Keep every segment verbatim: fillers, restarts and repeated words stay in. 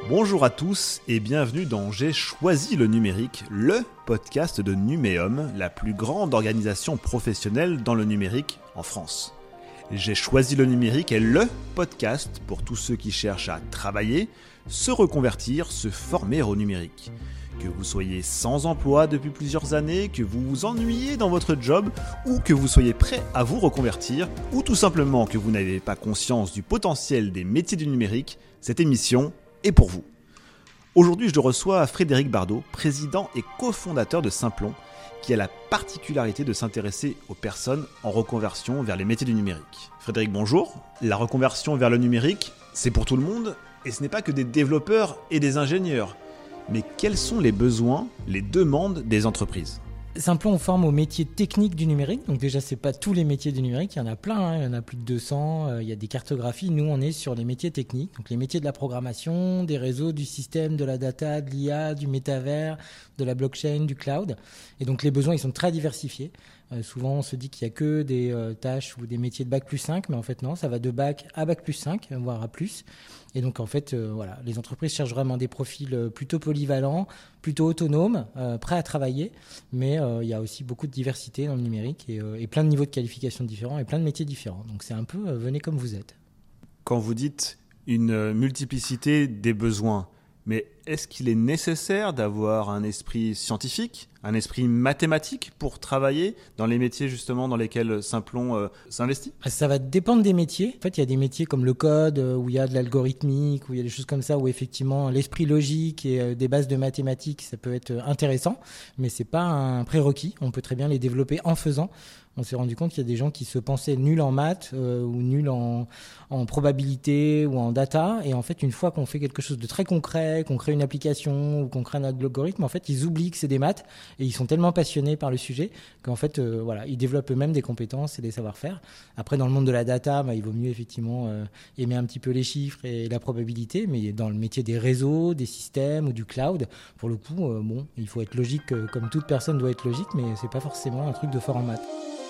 Bonjour à tous et bienvenue dans J'ai choisi le numérique, le podcast de Numéum, la plus grande organisation professionnelle dans le numérique en France. J'ai choisi le numérique est le podcast pour tous ceux qui cherchent à travailler, se reconvertir, se former au numérique. Que vous soyez sans emploi depuis plusieurs années, que vous vous ennuyez dans votre job ou que vous soyez prêt à vous reconvertir ou tout simplement que vous n'avez pas conscience du potentiel des métiers du numérique, cette émission est pour vous. Aujourd'hui, je reçois Frédéric Bardot, président et cofondateur de Simplon, qui a la particularité de s'intéresser aux personnes en reconversion vers les métiers du numérique. Frédéric, bonjour. La reconversion vers le numérique, c'est pour tout le monde et ce n'est pas que des développeurs et des ingénieurs. Mais quels sont les besoins, les demandes des entreprises ? Simplon, on forme aux métiers techniques du numérique. Donc déjà, c'est pas tous les métiers du numérique. Il y en a plein, hein. Il y en a plus de deux cents. Euh, il y a des cartographies. Nous, on est sur les métiers techniques. Donc les métiers de la programmation, des réseaux, du système, de la data, de l'I A, du métavers, de la blockchain, du cloud. Et donc les besoins, ils sont très diversifiés. Euh, souvent, on se dit qu'il y a que des euh, tâches ou des métiers de bac plus cinq. Mais en fait, non, ça va de bac à bac plus cinq, voire à plus. Et donc, en fait, euh, voilà, les entreprises cherchent vraiment des profils plutôt polyvalents, plutôt autonomes, euh, prêts à travailler. Mais euh, il y a aussi beaucoup de diversité dans le numérique et, euh, et plein de niveaux de qualification différents et plein de métiers différents. Donc, c'est un peu euh, venez comme vous êtes. Quand vous dites une multiplicité des besoins, mais est-ce qu'il est nécessaire d'avoir un esprit scientifique, un esprit mathématique pour travailler dans les métiers justement dans lesquels Simplon euh, s'investit ? Ça va dépendre des métiers. En fait, il y a des métiers comme le code, où il y a de l'algorithmique, où il y a des choses comme ça, où effectivement l'esprit logique et des bases de mathématiques, ça peut être intéressant, mais c'est pas un prérequis. On peut très bien les développer en faisant. On s'est rendu compte qu'il y a des gens qui se pensaient nuls en maths euh, ou nuls en, en probabilité ou en data. Et en fait, une fois qu'on fait quelque chose de très concret, qu'on crée une application ou qu'on crée un algorithme, en fait, ils oublient que c'est des maths et ils sont tellement passionnés par le sujet qu'en fait, euh, voilà, ils développent eux-mêmes des compétences et des savoir-faire. Après, dans le monde de la data, bah, il vaut mieux effectivement euh, aimer un petit peu les chiffres et la probabilité. Mais dans le métier des réseaux, des systèmes ou du cloud, pour le coup, euh, bon, il faut être logique euh, comme toute personne doit être logique, mais c'est pas forcément un truc de fort en maths.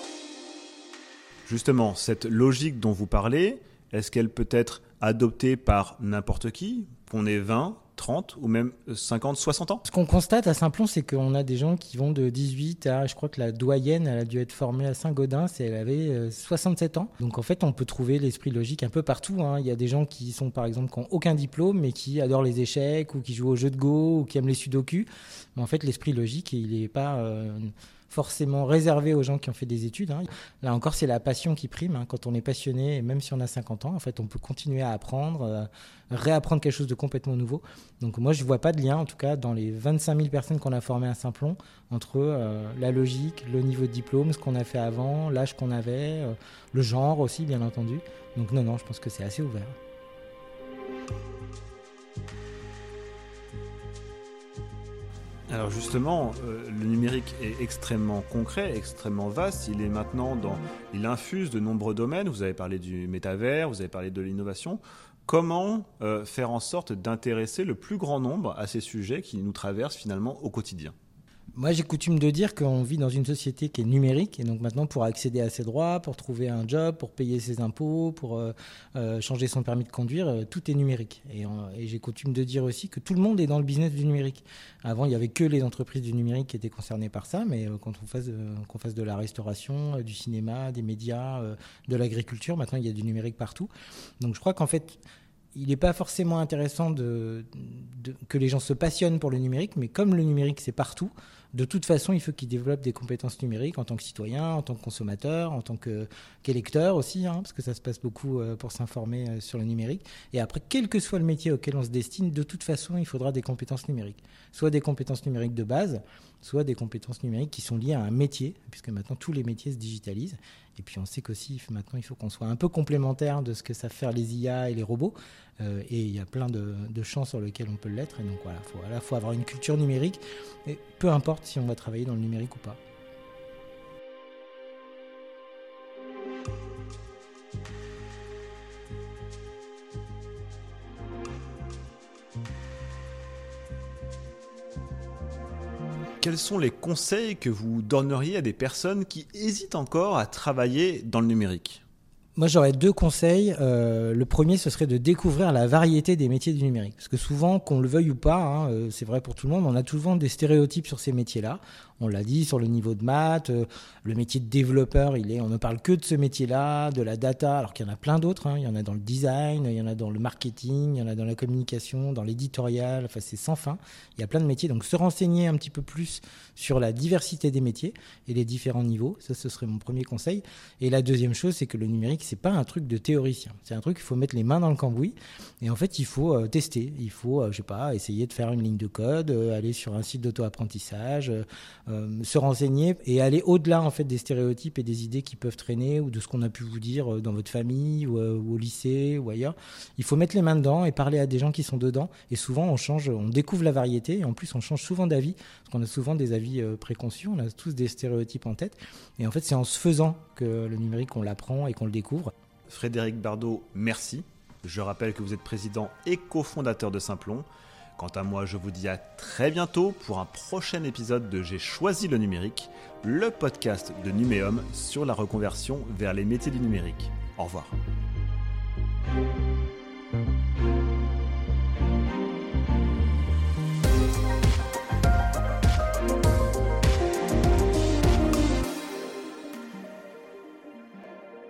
Justement, cette logique dont vous parlez, est-ce qu'elle peut être adoptée par n'importe qui, qu'on ait vingt, trente ou même cinquante, soixante ans ? Ce qu'on constate à Simplon, c'est qu'on a des gens qui vont de dix-huit à, je crois que la doyenne, elle a dû être formée à Saint-Gaudens et elle avait soixante-sept ans. Donc en fait, on peut trouver l'esprit logique un peu partout, hein. Il y a des gens qui sont par exemple qui n'ont aucun diplôme mais qui adorent les échecs ou qui jouent aux jeux de Go ou qui aiment les sudoku. Mais en fait, l'esprit logique, il n'est pas... Euh, forcément réservé aux gens qui ont fait des études. Hein. Là encore, c'est la passion qui prime. Hein. Quand on est passionné, et même si on a cinquante ans, en fait, on peut continuer à apprendre, euh, réapprendre quelque chose de complètement nouveau. Donc moi, je ne vois pas de lien, en tout cas, dans les vingt-cinq mille personnes qu'on a formées à Simplon, entre euh, la logique, le niveau de diplôme, ce qu'on a fait avant, l'âge qu'on avait, euh, le genre aussi, bien entendu. Donc non, non, je pense que c'est assez ouvert. Alors justement, euh, le numérique est extrêmement concret, extrêmement vaste. Il est maintenant dans, il infuse de nombreux domaines. Vous avez parlé du métavers, vous avez parlé de l'innovation. Comment euh, faire en sorte d'intéresser le plus grand nombre à ces sujets qui nous traversent finalement au quotidien ? Moi, j'ai coutume de dire qu'on vit dans une société qui est numérique et donc maintenant pour accéder à ses droits, pour trouver un job, pour payer ses impôts, pour euh, euh, changer son permis de conduire, euh, tout est numérique. Et, euh, et j'ai coutume de dire aussi que tout le monde est dans le business du numérique. Avant, il n'y avait que les entreprises du numérique qui étaient concernées par ça, mais euh, quand on fasse, euh, qu'on fasse de la restauration, euh, du cinéma, des médias, euh, de l'agriculture, maintenant il y a du numérique partout. Donc je crois qu'en fait... il n'est pas forcément intéressant de, de, que les gens se passionnent pour le numérique, mais comme le numérique, c'est partout, de toute façon, il faut qu'ils développent des compétences numériques en tant que citoyen, en tant que consommateur, en tant que, qu'électeur aussi, hein, parce que ça se passe beaucoup euh, pour s'informer euh, sur le numérique. Et après, quel que soit le métier auquel on se destine, de toute façon, il faudra des compétences numériques. Soit des compétences numériques de base, soit des compétences numériques qui sont liées à un métier, puisque maintenant, tous les métiers se digitalisent. Et puis on sait qu'aussi, maintenant, il faut qu'on soit un peu complémentaire de ce que savent faire les I A et les robots. Euh, et il y a plein de, de champs sur lesquels on peut l'être. Et donc voilà, il faut à la fois avoir une culture numérique, et peu importe si on va travailler dans le numérique ou pas. Quels sont les conseils que vous donneriez à des personnes qui hésitent encore à travailler dans le numérique ? Moi, j'aurais deux conseils. Euh, le premier, ce serait de découvrir la variété des métiers du numérique. Parce que souvent, qu'on le veuille ou pas, hein, euh, c'est vrai pour tout le monde, on a souvent des stéréotypes sur ces métiers-là. On l'a dit, sur le niveau de maths, euh, le métier de développeur, il est, on ne parle que de ce métier-là, de la data, alors qu'il y en a plein d'autres. Hein. Il y en a dans le design, il y en a dans le marketing, il y en a dans la communication, dans l'éditorial, enfin c'est sans fin. Il y a plein de métiers. Donc se renseigner un petit peu plus sur la diversité des métiers et les différents niveaux, ça ce serait mon premier conseil. Et la deuxième chose, c'est que le numérique, c'est pas un truc de théoricien. C'est un truc, il faut mettre les mains dans le cambouis. Et en fait, il faut euh, tester. Il faut, euh, je sais pas, essayer de faire une ligne de code, euh, aller sur un site d'auto-apprentissage, euh, euh, se renseigner et aller au-delà en fait des stéréotypes et des idées qui peuvent traîner ou de ce qu'on a pu vous dire dans votre famille ou, euh, ou au lycée ou ailleurs. Il faut mettre les mains dedans et parler à des gens qui sont dedans. Et souvent, on change, on découvre la variété et en plus, on change souvent d'avis parce qu'on a souvent des avis euh, préconçus. On a tous des stéréotypes en tête. Et en fait, c'est en se faisant que le numérique, on l'apprend et qu'on le découvre. Frédéric Bardot, merci. Je rappelle que vous êtes président et cofondateur de Simplon. Quant à moi, je vous dis à très bientôt pour un prochain épisode de J'ai choisi le numérique, le podcast de Numéum sur la reconversion vers les métiers du numérique. Au revoir.